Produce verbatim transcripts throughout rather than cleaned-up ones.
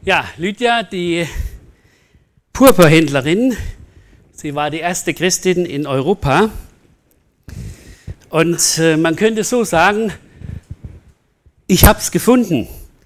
Ja, Lydia, die Purpurhändlerin, sie war die erste Christin in Europa. Und äh, man könnte so sagen, ich habe es gefunden.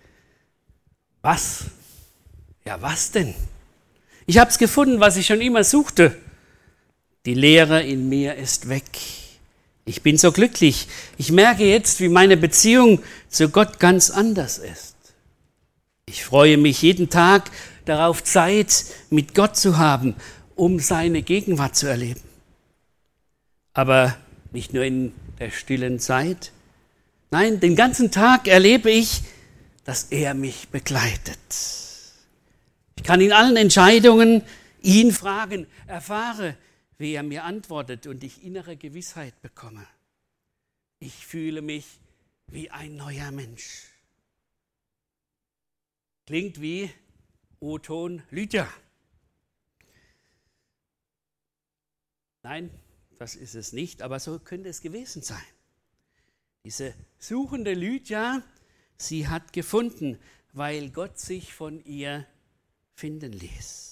Was? Ja, was denn? Ich habe es gefunden, was ich schon immer suchte. Die Leere in mir ist weg. Ich bin so glücklich. Ich merke jetzt, wie meine Beziehung zu Gott ganz anders ist. Ich freue mich jeden Tag darauf, Zeit mit Gott zu haben, um seine Gegenwart zu erleben. Aber nicht nur in der stillen Zeit. Nein, den ganzen Tag erlebe ich, dass er mich begleitet. Ich kann in allen Entscheidungen ihn fragen, erfahre, wie er mir antwortet und ich innere Gewissheit bekomme. Ich fühle mich wie ein neuer Mensch. Klingt wie O-Ton Lydia. Nein, das ist es nicht, aber so könnte es gewesen sein. Diese suchende Lydia, sie hat gefunden, weil Gott sich von ihr finden ließ.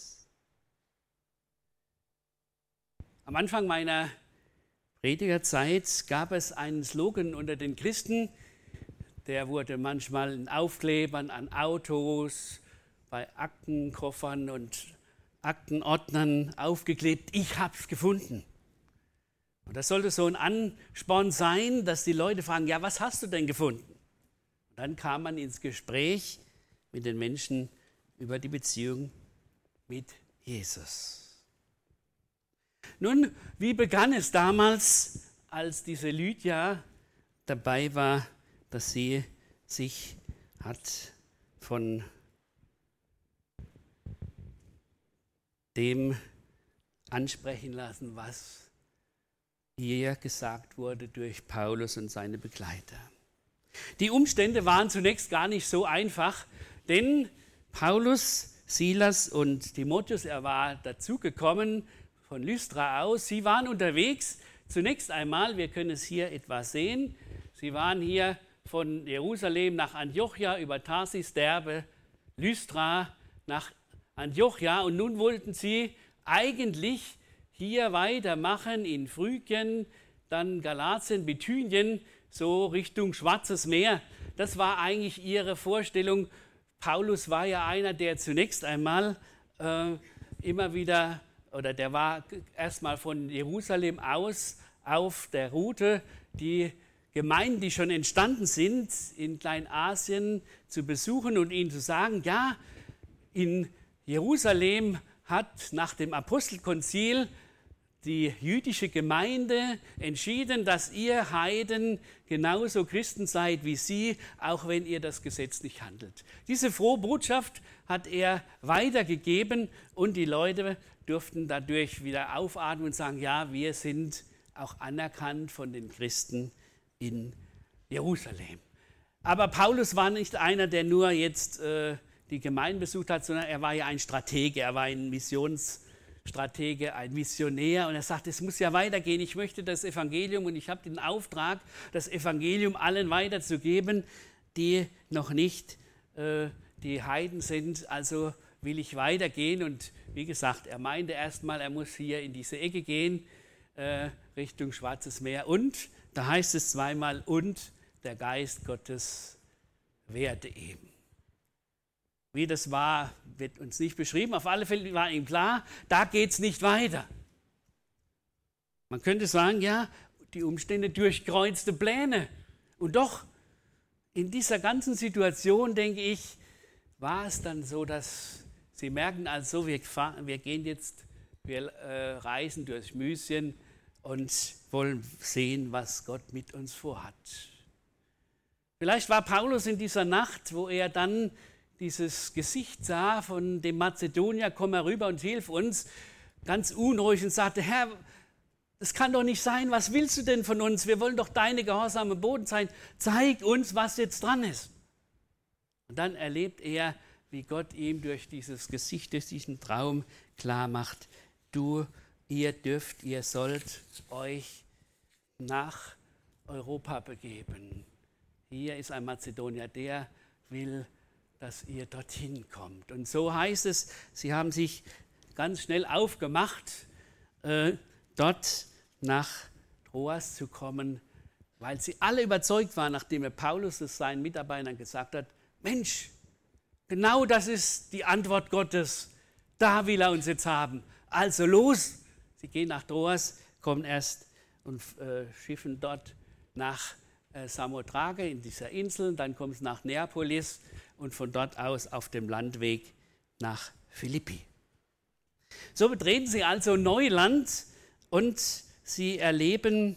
Am Anfang meiner Predigerzeit gab es einen Slogan unter den Christen, der wurde manchmal in Aufklebern an Autos, bei Aktenkoffern und Aktenordnern aufgeklebt, ich hab's gefunden. Und das sollte so ein Ansporn sein, dass die Leute fragen, ja, was hast du denn gefunden? Und dann kam man ins Gespräch mit den Menschen über die Beziehung mit Jesus. Nun, wie begann es damals, als diese Lydia dabei war, dass sie sich hat von dem ansprechen lassen, was ihr gesagt wurde durch Paulus und seine Begleiter. Die Umstände waren zunächst gar nicht so einfach, denn Paulus, Silas und Timotheus, er war dazugekommen von Lystra aus. Sie waren unterwegs, zunächst einmal, wir können es hier etwas sehen, sie waren hier von Jerusalem nach Antiochia über Tarsis, Derbe, Lystra nach Antiochia und nun wollten sie eigentlich hier weitermachen in Phrygien, dann Galatien, Bithynien, so Richtung Schwarzes Meer. Das war eigentlich ihre Vorstellung. Paulus war ja einer, der zunächst einmal äh, immer wieder, oder der war erstmal von Jerusalem aus auf der Route, die Gemeinden, die schon entstanden sind, in Kleinasien zu besuchen und ihnen zu sagen, ja, in Jerusalem hat nach dem Apostelkonzil die jüdische Gemeinde entschieden, dass ihr Heiden genauso Christen seid wie sie, auch wenn ihr das Gesetz nicht handelt. Diese frohe Botschaft hat er weitergegeben und die Leute durften dadurch wieder aufatmen und sagen, ja, wir sind auch anerkannt von den Christen in Jerusalem. Aber Paulus war nicht einer, der nur jetzt äh, die Gemeinden besucht hat, sondern er war ja ein Stratege, er war ein Missionsstratege, ein Missionär und er sagt, es muss ja weitergehen, ich möchte das Evangelium und ich habe den Auftrag, das Evangelium allen weiterzugeben, die noch nicht äh, die Heiden sind, also will ich weitergehen und wie gesagt, er meinte erstmal, er muss hier in diese Ecke gehen, äh, Richtung Schwarzes Meer und, da heißt es zweimal, und der Geist Gottes wehrte ihm. Wie das war, wird uns nicht beschrieben. Auf alle Fälle war ihm klar, da geht es nicht weiter. Man könnte sagen, ja, die Umstände durchkreuzte Pläne. Und doch, in dieser ganzen Situation, denke ich, war es dann so, dass sie merken, also wir, fahren, wir gehen jetzt, wir äh, reisen durch Mysien und wollen sehen, was Gott mit uns vorhat. Vielleicht war Paulus in dieser Nacht, wo er dann dieses Gesicht sah von dem Mazedonier, komm herüber und hilf uns, ganz unruhig und sagte, Herr, das kann doch nicht sein, was willst du denn von uns? Wir wollen doch deine gehorsame Boten sein, zeig uns, was jetzt dran ist. Und dann erlebt er, wie Gott ihm durch dieses Gesicht, durch diesen Traum klar macht, du, ihr dürft, ihr sollt euch nach Europa begeben. Hier ist ein Mazedonier, der will dass ihr dorthin kommt. Und so heißt es, sie haben sich ganz schnell aufgemacht, äh, dort nach Troas zu kommen, weil sie alle überzeugt waren, nachdem er Paulus es seinen Mitarbeitern gesagt hat, Mensch, genau das ist die Antwort Gottes, da will er uns jetzt haben. Also los, sie gehen nach Troas, kommen erst und äh, schiffen dort nach äh, Samothrake in dieser Insel, dann kommen sie nach Neapolis und von dort aus auf dem Landweg nach Philippi. So betreten sie also Neuland und sie erleben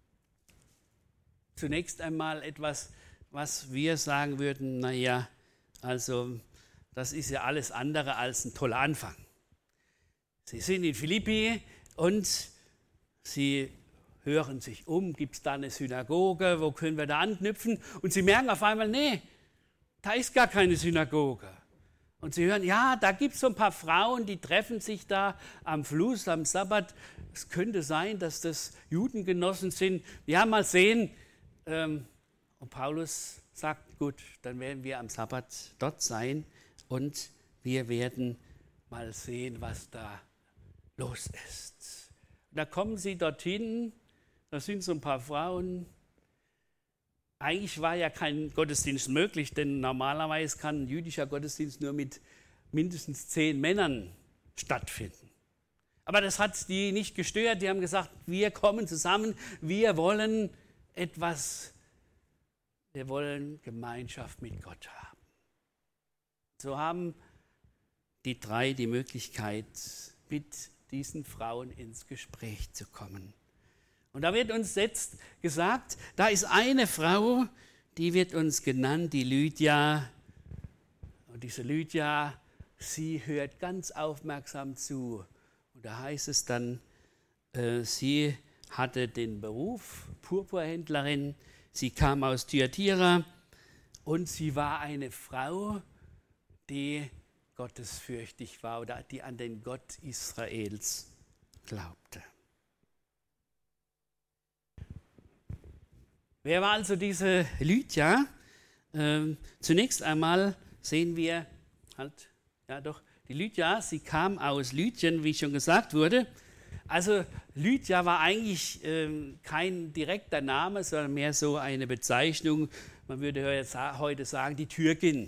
zunächst einmal etwas, was wir sagen würden, naja, also das ist ja alles andere als ein toller Anfang. Sie sind in Philippi und sie hören sich um, gibt es da eine Synagoge, wo können wir da anknüpfen? Und sie merken auf einmal, nee, da ist gar keine Synagoge. Und sie hören, ja, da gibt es so ein paar Frauen, die treffen sich da am Fluss, am Sabbat. Es könnte sein, dass das Judengenossen sind. Ja, mal sehen. Und Paulus sagt, gut, dann werden wir am Sabbat dort sein und wir werden mal sehen, was da los ist. Da kommen sie dorthin, da sind so ein paar Frauen. Eigentlich war ja kein Gottesdienst möglich, denn normalerweise kann ein jüdischer Gottesdienst nur mit mindestens zehn Männern stattfinden. Aber das hat die nicht gestört. Die haben gesagt, wir kommen zusammen, wir wollen etwas, wir wollen Gemeinschaft mit Gott haben. So haben die drei die Möglichkeit, mit diesen Frauen ins Gespräch zu kommen. Und da wird uns jetzt gesagt, da ist eine Frau, die wird uns genannt, die Lydia. Und diese Lydia, sie hört ganz aufmerksam zu. Und da heißt es dann, äh, sie hatte den Beruf Purpurhändlerin, sie kam aus Thyatira und sie war eine Frau, die gottesfürchtig war oder die an den Gott Israels glaubte. Wer war also diese Lydia? Ähm, zunächst einmal sehen wir halt, ja doch, die Lydia, sie kam aus Lydien, wie schon gesagt wurde. Also Lydia war eigentlich ähm, kein direkter Name, sondern mehr so eine Bezeichnung, man würde jetzt heute sagen, die Türkin.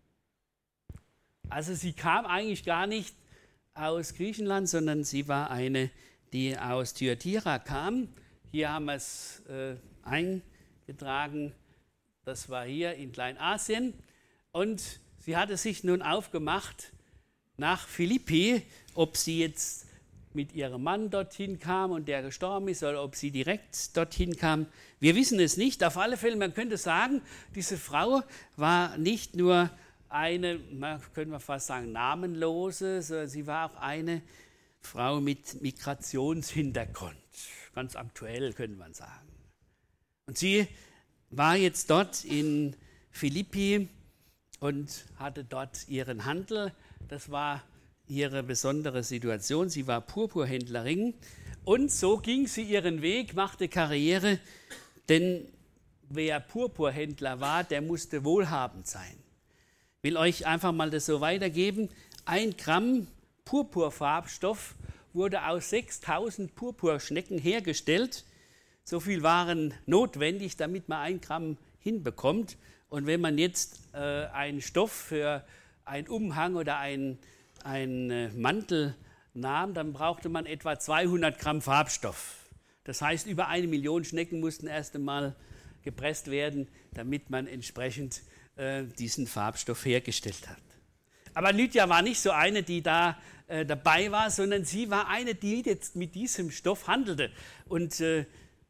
Also sie kam eigentlich gar nicht aus Griechenland, sondern sie war eine, die aus Thyatira kam. Hier haben wir es äh, eingetragen, das war hier in Kleinasien. Und sie hatte sich nun aufgemacht nach Philippi, ob sie jetzt mit ihrem Mann dorthin kam und der gestorben ist oder ob sie direkt dorthin kam. Wir wissen es nicht. Auf alle Fälle, man könnte sagen, diese Frau war nicht nur eine, man könnte fast sagen, namenlose, sondern sie war auch eine Frau mit Migrationshintergrund. Ganz aktuell, könnte man sagen. Und sie war jetzt dort in Philippi und hatte dort ihren Handel. Das war ihre besondere Situation. Sie war Purpurhändlerin und so ging sie ihren Weg, machte Karriere, denn wer Purpurhändler war, der musste wohlhabend sein. Ich will euch einfach mal das so weitergeben. Ein Gramm Purpurfarbstoff wurde aus sechstausend Purpurschnecken hergestellt. So viel waren notwendig, damit man ein Gramm hinbekommt. Und wenn man jetzt äh, einen Stoff für einen Umhang oder einen, einen äh, Mantel nahm, dann brauchte man etwa zweihundert Gramm Farbstoff. Das heißt, über eine Million Schnecken mussten erst einmal gepresst werden, damit man entsprechend äh, diesen Farbstoff hergestellt hat. Aber Lydia war nicht so eine, die da äh, dabei war, sondern sie war eine, die jetzt mit diesem Stoff handelte. Und äh,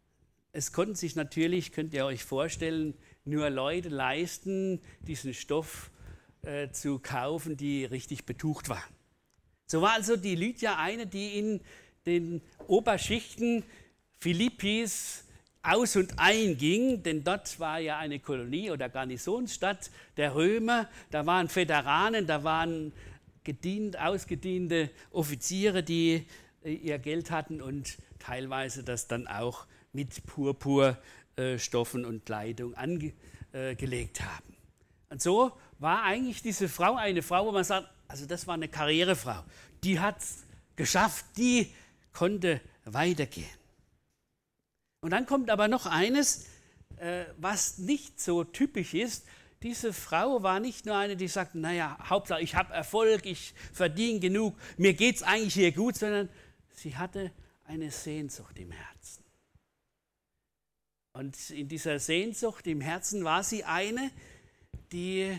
es konnten sich natürlich, könnt ihr euch vorstellen, nur Leute leisten, diesen Stoff äh, zu kaufen, die richtig betucht waren. So war also die Lydia eine, die in den Oberschichten Philippis aus und ein ging, denn dort war ja eine Kolonie oder Garnisonsstadt der Römer, da waren Veteranen, da waren gedient, ausgediente Offiziere, die äh, ihr Geld hatten und teilweise das dann auch mit Purpurstoffen äh, und Kleidung angelegt haben. Und so war eigentlich diese Frau eine Frau, wo man sagt, also das war eine Karrierefrau. Die hat es geschafft, die konnte weitergehen. Und dann kommt aber noch eines, äh, was nicht so typisch ist. Diese Frau war nicht nur eine, die sagt, naja, Hauptsache ich habe Erfolg, ich verdiene genug, mir geht es eigentlich hier gut, sondern sie hatte eine Sehnsucht im Herzen. Und in dieser Sehnsucht im Herzen war sie eine, die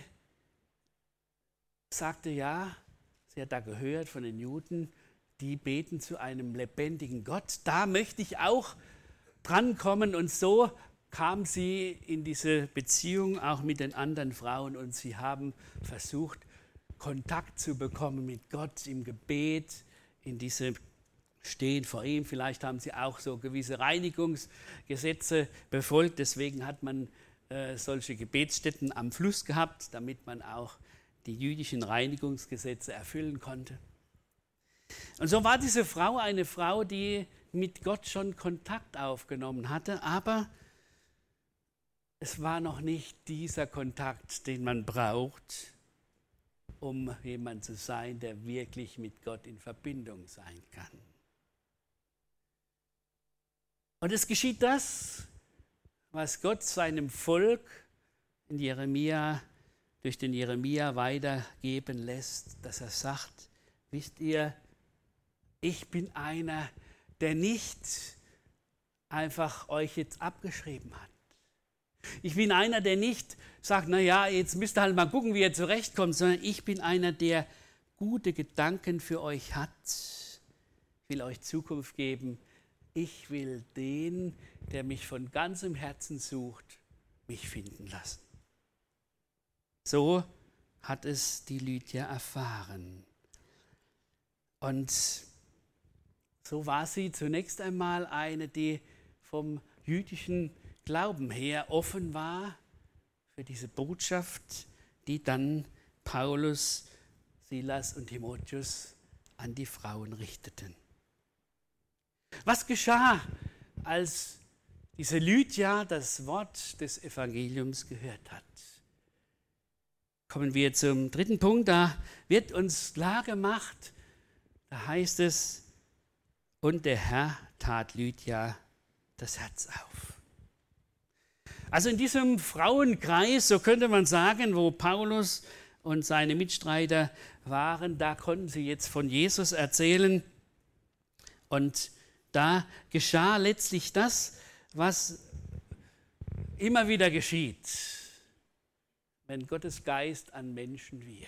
sagte, ja, sie hat da gehört von den Juden, die beten zu einem lebendigen Gott. Da möchte ich auch drankommen. Und so kam sie in diese Beziehung auch mit den anderen Frauen und sie haben versucht, Kontakt zu bekommen mit Gott im Gebet, in diese Stehen vor ihm. Vielleicht haben sie auch so gewisse Reinigungsgesetze befolgt. Deswegen hat man äh, solche Gebetsstätten am Fluss gehabt, damit man auch die jüdischen Reinigungsgesetze erfüllen konnte. Und so war diese Frau eine Frau, die mit Gott schon Kontakt aufgenommen hatte, aber es war noch nicht dieser Kontakt, den man braucht, um jemand zu sein, der wirklich mit Gott in Verbindung sein kann. Und es geschieht das, was Gott seinem Volk in Jeremia, durch den Jeremia weitergeben lässt, dass er sagt, wisst ihr, ich bin einer, der nicht einfach euch jetzt abgeschrieben hat. Ich bin einer, der nicht sagt, naja, jetzt müsst ihr halt mal gucken, wie ihr zurechtkommt, sondern ich bin einer, der gute Gedanken für euch hat. Ich will euch Zukunft geben. Ich will den, der mich von ganzem Herzen sucht, mich finden lassen. So hat es die Lydia erfahren. Und so war sie zunächst einmal eine, die vom jüdischen Glauben her offen war für diese Botschaft, die dann Paulus, Silas und Timotheus an die Frauen richteten. Was geschah, als diese Lydia das Wort des Evangeliums gehört hat? Kommen wir zum dritten Punkt, da wird uns klar gemacht, da heißt es, und der Herr tat Lydia das Herz auf. Also in diesem Frauenkreis, so könnte man sagen, wo Paulus und seine Mitstreiter waren, da konnten sie jetzt von Jesus erzählen. Und da geschah letztlich das, was immer wieder geschieht, wenn Gottes Geist an Menschen wirkt.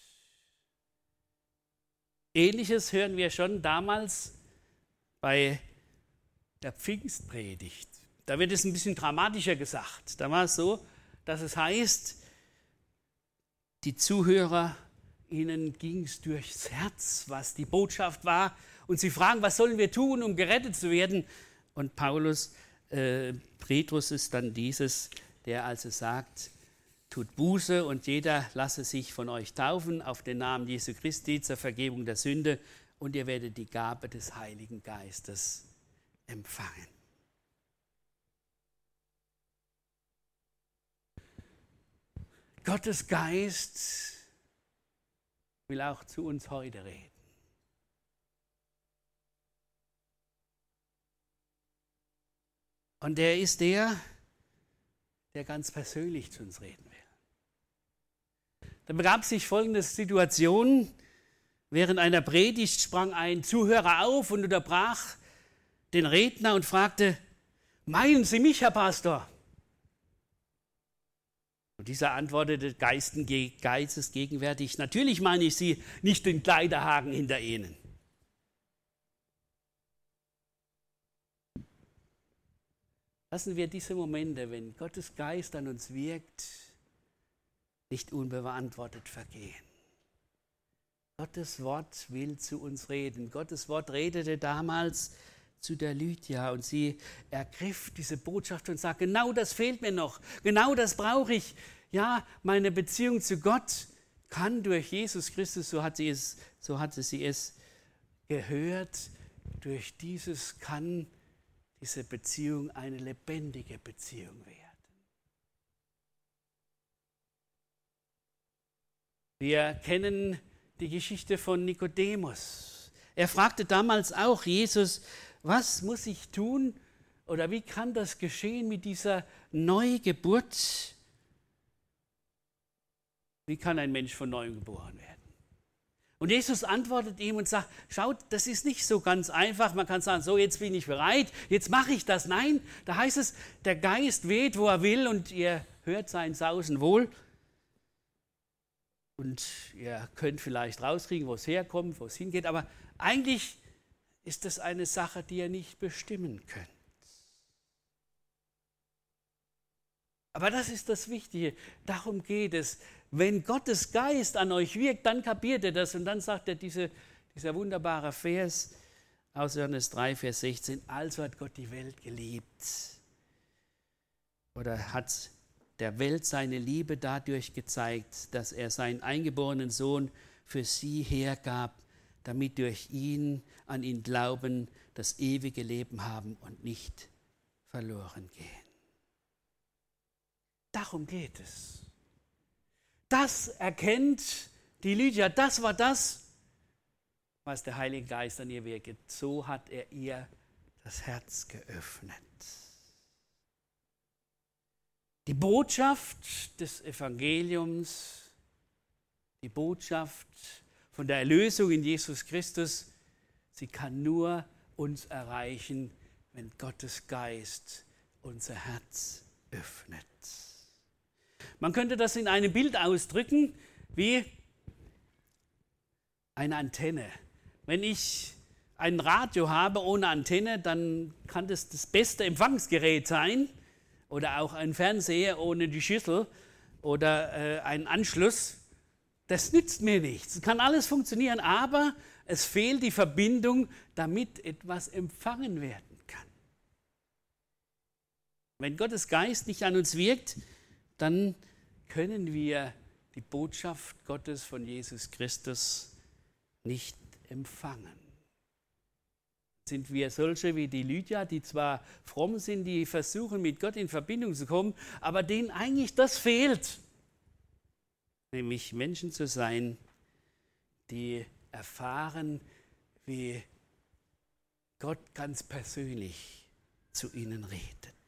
Ähnliches hören wir schon damals bei der Pfingstpredigt. Da wird es ein bisschen dramatischer gesagt. Da war es so, dass es heißt, die Zuhörer, ihnen ging es durchs Herz, was die Botschaft war. Und sie fragen, was sollen wir tun, um gerettet zu werden? Und Paulus, äh, Petrus ist dann dieses, der also sagt, tut Buße und jeder lasse sich von euch taufen auf den Namen Jesu Christi zur Vergebung der Sünde und ihr werdet die Gabe des Heiligen Geistes empfangen. Gottes Geist will auch zu uns heute reden. Und er ist der, der ganz persönlich zu uns reden will. Da begab sich folgende Situation. Während einer Predigt sprang ein Zuhörer auf und unterbrach den Redner und fragte, meinen Sie mich, Herr Pastor? Und dieser antwortete geistesgegenwärtig, natürlich meine ich Sie, nicht den Kleiderhaken hinter Ihnen. Lassen wir diese Momente, wenn Gottes Geist an uns wirkt, nicht unbeantwortet vergehen. Gottes Wort will zu uns reden. Gottes Wort redete damals zu der Lydia und sie ergriff diese Botschaft und sagte, genau das fehlt mir noch, genau das brauche ich. Ja, meine Beziehung zu Gott kann durch Jesus Christus, so hat sie es, so hatte sie es gehört, durch dieses kann diese Beziehung eine lebendige Beziehung werden. Wir kennen die Geschichte von Nikodemus. Er fragte damals auch Jesus, was muss ich tun oder wie kann das geschehen mit dieser Neugeburt? Wie kann ein Mensch von neuem geboren werden? Und Jesus antwortet ihm und sagt, schaut, das ist nicht so ganz einfach. Man kann sagen, so jetzt bin ich bereit, jetzt mache ich das. Nein, da heißt es, der Geist weht, wo er will und ihr hört sein Sausen wohl. Und ihr könnt vielleicht rauskriegen, wo es herkommt, wo es hingeht. Aber eigentlich ist das eine Sache, die ihr nicht bestimmen könnt. Aber das ist das Wichtige. Darum geht es. Wenn Gottes Geist an euch wirkt, dann kapiert ihr das. Und dann sagt er diese, dieser wunderbare Vers aus Johannes drei, Vers sechzehn. Also hat Gott die Welt geliebt. Oder hat der Welt seine Liebe dadurch gezeigt, dass er seinen eingeborenen Sohn für sie hergab, damit durch ihn an ihn glauben, das ewige Leben haben und nicht verloren gehen. Darum geht es. Das erkennt die Lydia, das war das, was der Heilige Geist an ihr wirkt. So hat er ihr das Herz geöffnet. Die Botschaft des Evangeliums, die Botschaft von der Erlösung in Jesus Christus, sie kann nur uns erreichen, wenn Gottes Geist unser Herz öffnet. Man könnte das in einem Bild ausdrücken wie eine Antenne. Wenn ich ein Radio habe ohne Antenne, dann kann das das beste Empfangsgerät sein oder auch ein Fernseher ohne die Schüssel oder äh, einen Anschluss. Das nützt mir nichts. Es kann alles funktionieren, aber es fehlt die Verbindung, damit etwas empfangen werden kann. Wenn Gottes Geist nicht an uns wirkt, dann können wir die Botschaft Gottes von Jesus Christus nicht empfangen. Sind wir solche wie die Lydia, die zwar fromm sind, die versuchen, mit Gott in Verbindung zu kommen, aber denen eigentlich das fehlt, nämlich Menschen zu sein, die erfahren, wie Gott ganz persönlich zu ihnen redet.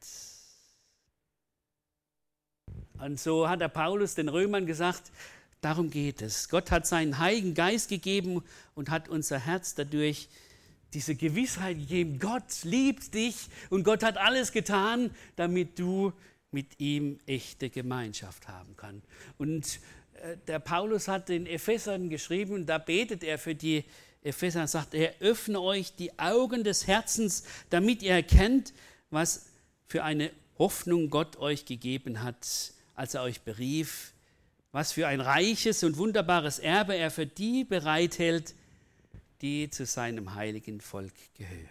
Und so hat der Paulus den Römern gesagt, darum geht es. Gott hat seinen Heiligen Geist gegeben und hat unser Herz dadurch diese Gewissheit gegeben, Gott liebt dich und Gott hat alles getan, damit du mit ihm echte Gemeinschaft haben kannst. Und äh, der Paulus hat den Ephesern geschrieben und da betet er für die Epheser und sagt, er öffne euch die Augen des Herzens, damit ihr erkennt, was für eine Hoffnung Gott euch gegeben hat, als er euch berief, was für ein reiches und wunderbares Erbe er für die bereithält, die zu seinem heiligen Volk gehören.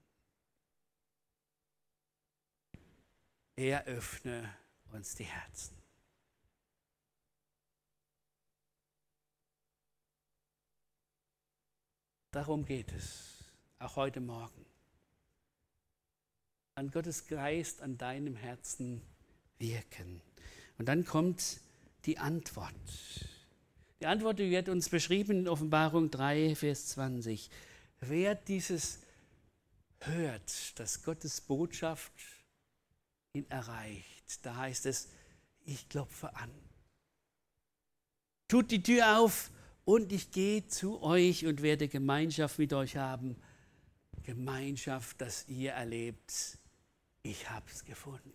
Er öffne uns die Herzen. Darum geht es, auch heute Morgen. An Gottes Geist an deinem Herzen wirken. Und dann kommt die Antwort. Die Antwort, die wird uns beschrieben in Offenbarung drei, Vers zwanzig. Wer dieses hört, dass Gottes Botschaft ihn erreicht, da heißt es, ich klopfe an. Tut die Tür auf und ich gehe zu euch und werde Gemeinschaft mit euch haben. Gemeinschaft, dass ihr erlebt, ich habe es gefunden.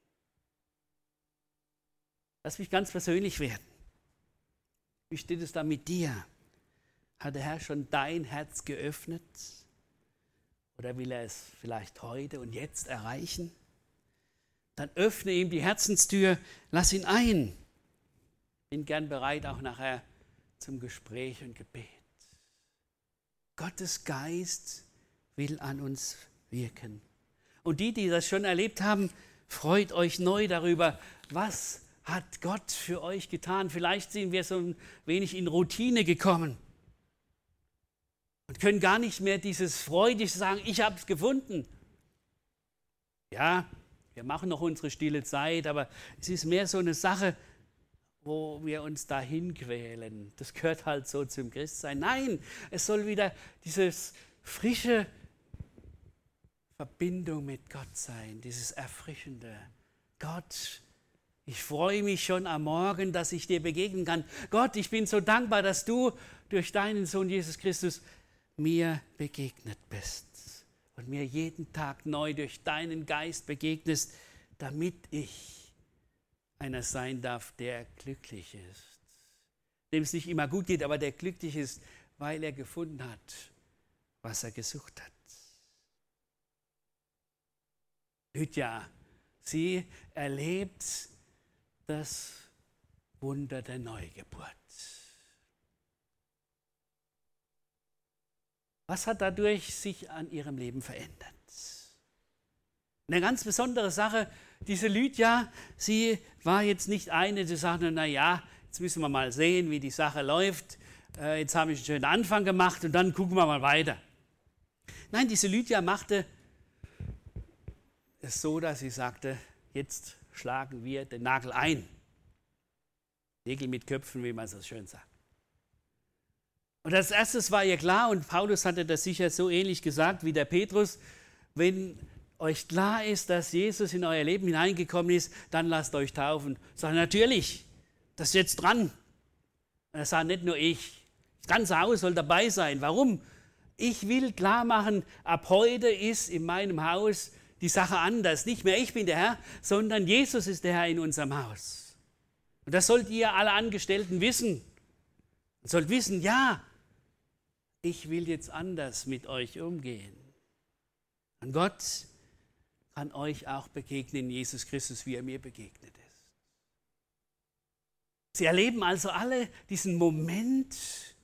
Lass mich ganz persönlich werden. Wie steht es da mit dir? Hat der Herr schon dein Herz geöffnet? Oder will er es vielleicht heute und jetzt erreichen? Dann öffne ihm die Herzenstür, lass ihn ein. Bin gern bereit, auch nachher zum Gespräch und Gebet. Gottes Geist will an uns wirken. Und die, die das schon erlebt haben, freut euch neu darüber, was hat Gott für euch getan. Vielleicht sind wir so ein wenig in Routine gekommen und können gar nicht mehr dieses freudig sagen, ich habe es gefunden. Ja, wir machen noch unsere stille Zeit, aber es ist mehr so eine Sache, wo wir uns dahin quälen. Das gehört halt so zum Christsein. Nein, es soll wieder dieses frische Verbindung mit Gott sein, dieses Erfrischende. Gott, ich freue mich schon am Morgen, dass ich dir begegnen kann. Gott, ich bin so dankbar, dass du durch deinen Sohn Jesus Christus mir begegnet bist und mir jeden Tag neu durch deinen Geist begegnest, damit ich einer sein darf, der glücklich ist. Dem es nicht immer gut geht, aber der glücklich ist, weil er gefunden hat, was er gesucht hat. Lydia, sie erlebt das Wunder der Neugeburt. Was hat dadurch sich an ihrem Leben verändert? Eine ganz besondere Sache, diese Lydia, sie war jetzt nicht eine, die sagte, na ja, jetzt müssen wir mal sehen, wie die Sache läuft. Äh, jetzt habe ich einen schönen Anfang gemacht und dann gucken wir mal weiter. Nein, diese Lydia machte es so, dass sie sagte, jetzt schlagen wir den Nagel ein. Nägel mit Köpfen, wie man so schön sagt. Und als erstes war ihr klar, und Paulus hatte das sicher so ähnlich gesagt wie der Petrus, wenn euch klar ist, dass Jesus in euer Leben hineingekommen ist, dann lasst euch taufen. Sagt natürlich, das ist jetzt dran. Und er sagt nicht nur ich, das ganze Haus soll dabei sein. Warum? Ich will klar machen, ab heute ist in meinem Haus die Sache anders. Nicht mehr ich bin der Herr, sondern Jesus ist der Herr in unserem Haus. Und das sollt ihr alle Angestellten wissen. Ihr sollt wissen, ja, ich will jetzt anders mit euch umgehen. Und Gott kann euch auch begegnen, Jesus Christus, wie er mir begegnet ist. Sie erleben also alle diesen Moment,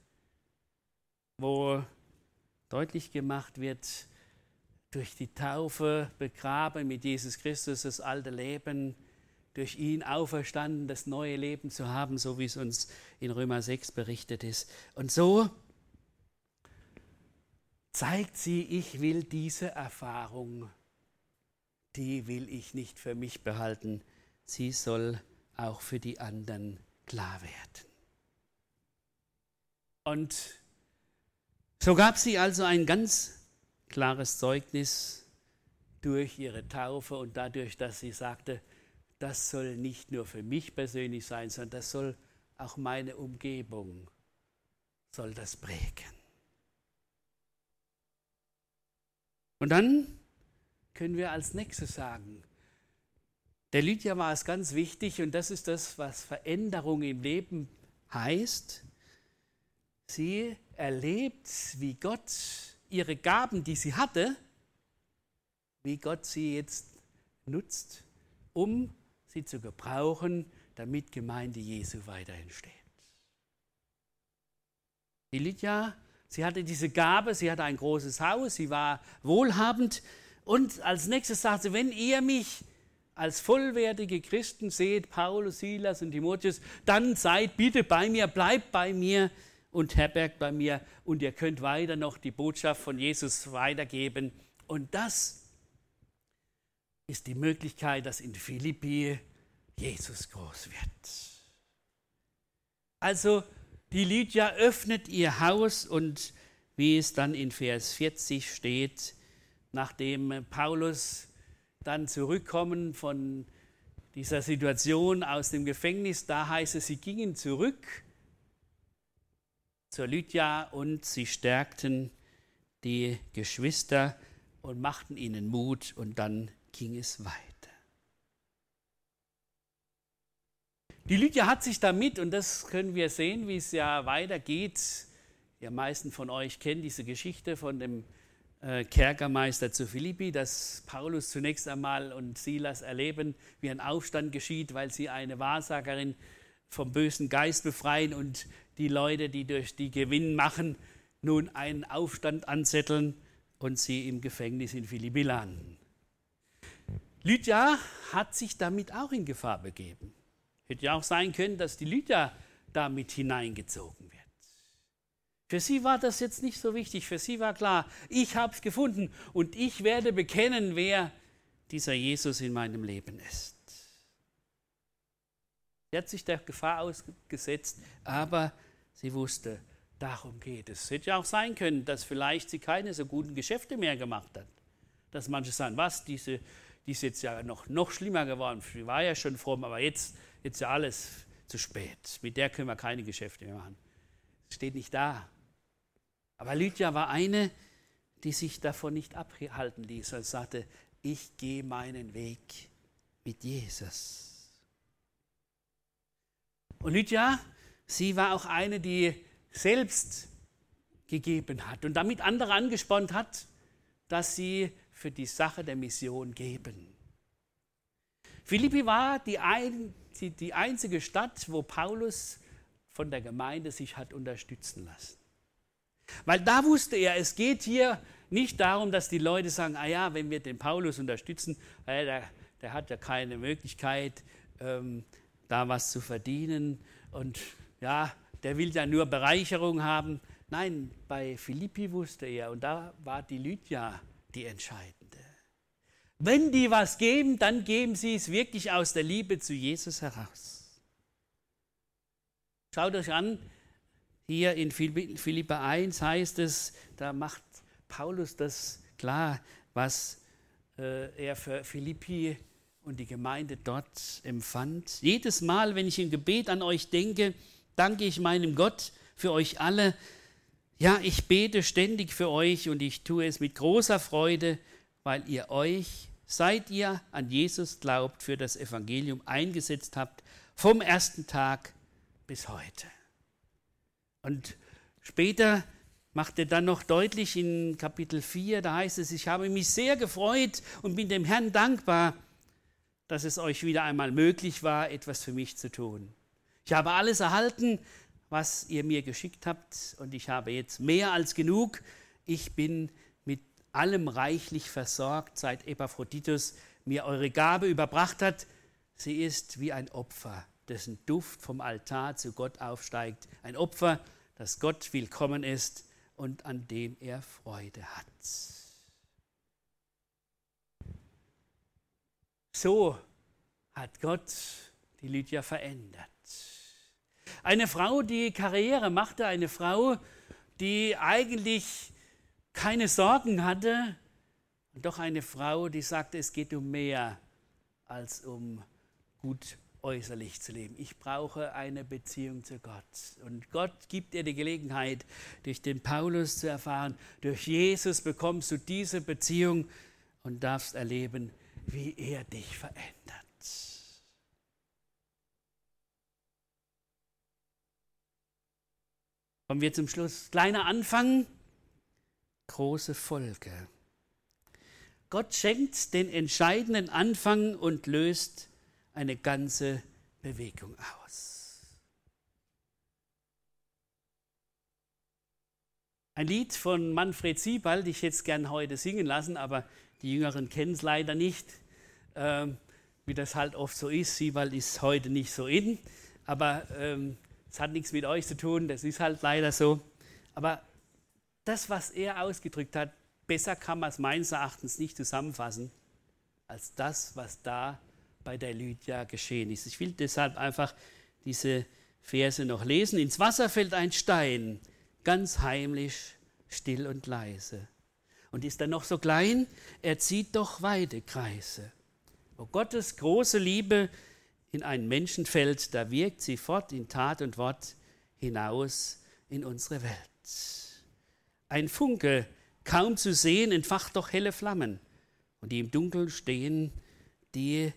wo deutlich gemacht wird, durch die Taufe begraben mit Jesus Christus das alte Leben, durch ihn auferstanden das neue Leben zu haben, so wie es uns in Römer sechs berichtet ist. Und so zeigt sie, ich will diese Erfahrung, die will ich nicht für mich behalten, sie soll auch für die anderen klar werden. Und so gab sie also ein ganz klares Zeugnis durch ihre Taufe und dadurch, dass sie sagte, das soll nicht nur für mich persönlich sein, sondern das soll auch meine Umgebung, soll das prägen. Und dann können wir als nächstes sagen, der Lydia war es ganz wichtig, und das ist das, was Veränderung im Leben heißt. Sie erlebt, wie Gott ihre Gaben, die sie hatte, wie Gott sie jetzt nutzt, um sie zu gebrauchen, damit Gemeinde Jesu weiterhin steht. Die Lydia, sie hatte diese Gabe, sie hatte ein großes Haus, sie war wohlhabend, und als nächstes sagt sie, wenn ihr mich als vollwertige Christen seht, Paulus, Silas und Timotheus, dann seid bitte bei mir, bleibt bei mir und herbergt bei mir, und ihr könnt weiter noch die Botschaft von Jesus weitergeben. Und das ist die Möglichkeit, dass in Philippi Jesus groß wird. Also die Lydia öffnet ihr Haus, und wie es dann in Vers vierzig steht, nachdem Paulus dann zurückkommen von dieser Situation aus dem Gefängnis, da heißt es, sie gingen zurück zur Lydia und sie stärkten die Geschwister und machten ihnen Mut, und dann ging es weiter. Die Lydia hat sich damit, und das können wir sehen, wie es ja weitergeht, die meisten von euch kennen diese Geschichte von dem äh, Kerkermeister zu Philippi, dass Paulus zunächst einmal und Silas erleben, wie ein Aufstand geschieht, weil sie eine Wahrsagerin vom bösen Geist befreien und die Leute, die durch die Gewinn machen, nun einen Aufstand anzetteln und sie im Gefängnis in Philippi landen. Lydia hat sich damit auch in Gefahr begeben. Hätte ja auch sein können, dass die Lydia damit hineingezogen wird. Für sie war das jetzt nicht so wichtig. Für sie war klar, ich habe es gefunden und ich werde bekennen, wer dieser Jesus in meinem Leben ist. Sie hat sich der Gefahr ausgesetzt, aber sie wusste, darum geht es. Es hätte ja auch sein können, dass vielleicht sie keine so guten Geschäfte mehr gemacht hat. Dass manche sagen, was, diese, die ist jetzt ja noch, noch schlimmer geworden. Sie war ja schon fromm, aber jetzt ist ja alles zu spät. Mit der können wir keine Geschäfte mehr machen. Das steht nicht da. Aber Lydia war eine, die sich davon nicht abhalten ließ und sagte, ich gehe meinen Weg mit Jesus. Und Lydia, sie war auch eine, die selbst gegeben hat und damit andere angespornt hat, dass sie für die Sache der Mission geben. Philippi war die, ein, die, die einzige Stadt, wo Paulus von der Gemeinde sich hat unterstützen lassen. Weil da wusste er, es geht hier nicht darum, dass die Leute sagen, ah ja, wenn wir den Paulus unterstützen, äh, der, der hat ja keine Möglichkeit, ähm, da was zu verdienen und ja, der will ja nur Bereicherung haben. Nein, bei Philippi wusste er, und da war die Lydia die entscheidende. Wenn die was geben, dann geben sie es wirklich aus der Liebe zu Jesus heraus. Schaut euch an, hier in Philipper eins heißt es, da macht Paulus das klar, was äh, er für Philippi und die Gemeinde dort empfand. Jedes Mal, wenn ich im Gebet an euch denke, danke ich meinem Gott für euch alle. Ja, ich bete ständig für euch und ich tue es mit großer Freude, weil ihr euch, seit ihr an Jesus glaubt, für das Evangelium eingesetzt habt, vom ersten Tag bis heute. Und später macht er dann noch deutlich in Kapitel vier, da heißt es, ich habe mich sehr gefreut und bin dem Herrn dankbar, dass es euch wieder einmal möglich war, etwas für mich zu tun. Ich habe alles erhalten, was ihr mir geschickt habt, und ich habe jetzt mehr als genug. Ich bin mit allem reichlich versorgt, seit Epaphroditus mir eure Gabe überbracht hat. Sie ist wie ein Opfer, dessen Duft vom Altar zu Gott aufsteigt. Ein Opfer, das Gott willkommen ist und an dem er Freude hat. So hat Gott die Lydia verändert. Eine Frau, die Karriere machte, eine Frau, die eigentlich keine Sorgen hatte, und doch eine Frau, die sagte, es geht um mehr als um gut äußerlich zu leben. Ich brauche eine Beziehung zu Gott. Und Gott gibt dir die Gelegenheit, durch den Paulus zu erfahren, durch Jesus bekommst du diese Beziehung und darfst erleben, wie er dich verändert. Kommen wir zum Schluss. Kleiner Anfang, große Folge. Gott schenkt den entscheidenden Anfang und löst eine ganze Bewegung aus. Ein Lied von Manfred Siebald, ich hätte es gern heute singen lassen, aber die Jüngeren kennen es leider nicht, ähm, wie das halt oft so ist. Siebald ist heute nicht so in, aber ähm, es hat nichts mit euch zu tun, das ist halt leider so. Aber das, was er ausgedrückt hat, besser kann man es meines Erachtens nicht zusammenfassen, als das, was da bei der Lydia geschehen ist. Ich will deshalb einfach diese Verse noch lesen. Ins Wasser fällt ein Stein, ganz heimlich, still und leise. Und ist er noch so klein, er zieht doch weite Kreise. Wo Gottes große Liebe in einen Menschen fällt, da wirkt sie fort in Tat und Wort hinaus in unsere Welt. Ein Funke, kaum zu sehen, entfacht doch helle Flammen. Und die im Dunkeln stehen, die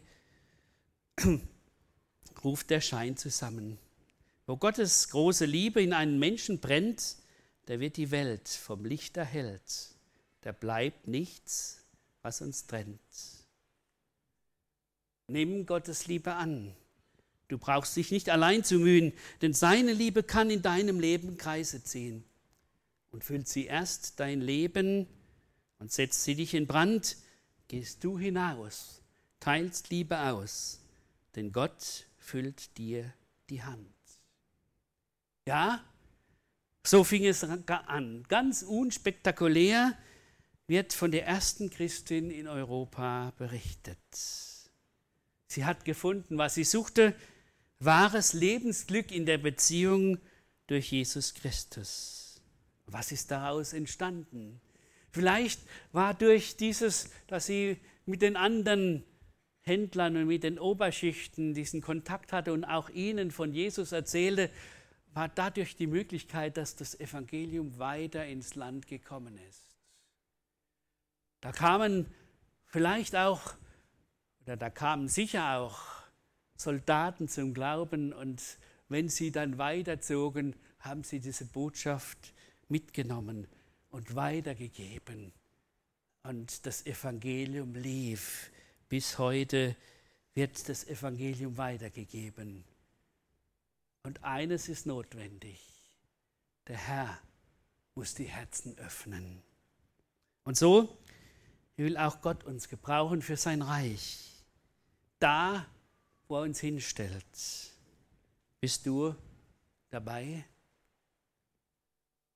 ruft der Schein zusammen. Wo Gottes große Liebe in einen Menschen brennt, da wird die Welt vom Licht erhellt. Da bleibt nichts, was uns trennt. Nimm Gottes Liebe an. Du brauchst dich nicht allein zu mühen, denn seine Liebe kann in deinem Leben Kreise ziehen. Und füllt sie erst dein Leben und setzt sie dich in Brand, gehst du hinaus, teilst Liebe aus, denn Gott füllt dir die Hand. Ja, so fing es an. Ganz unspektakulär wird von der ersten Christin in Europa berichtet. Sie hat gefunden, was sie suchte, wahres Lebensglück in der Beziehung durch Jesus Christus. Was ist daraus entstanden? Vielleicht war durch dieses, dass sie mit den anderen Händlern und mit den Oberschichten diesen Kontakt hatte und auch ihnen von Jesus erzählte, war dadurch die Möglichkeit, dass das Evangelium weiter ins Land gekommen ist. Da kamen vielleicht auch, oder da kamen sicher auch Soldaten zum Glauben, und wenn sie dann weiterzogen, haben sie diese Botschaft mitgenommen und weitergegeben. Und das Evangelium lief. Bis heute wird das Evangelium weitergegeben. Und eines ist notwendig: Der Herr muss die Herzen öffnen. Und so will auch Gott uns gebrauchen für sein Reich. Da, wo er uns hinstellt. Bist du dabei?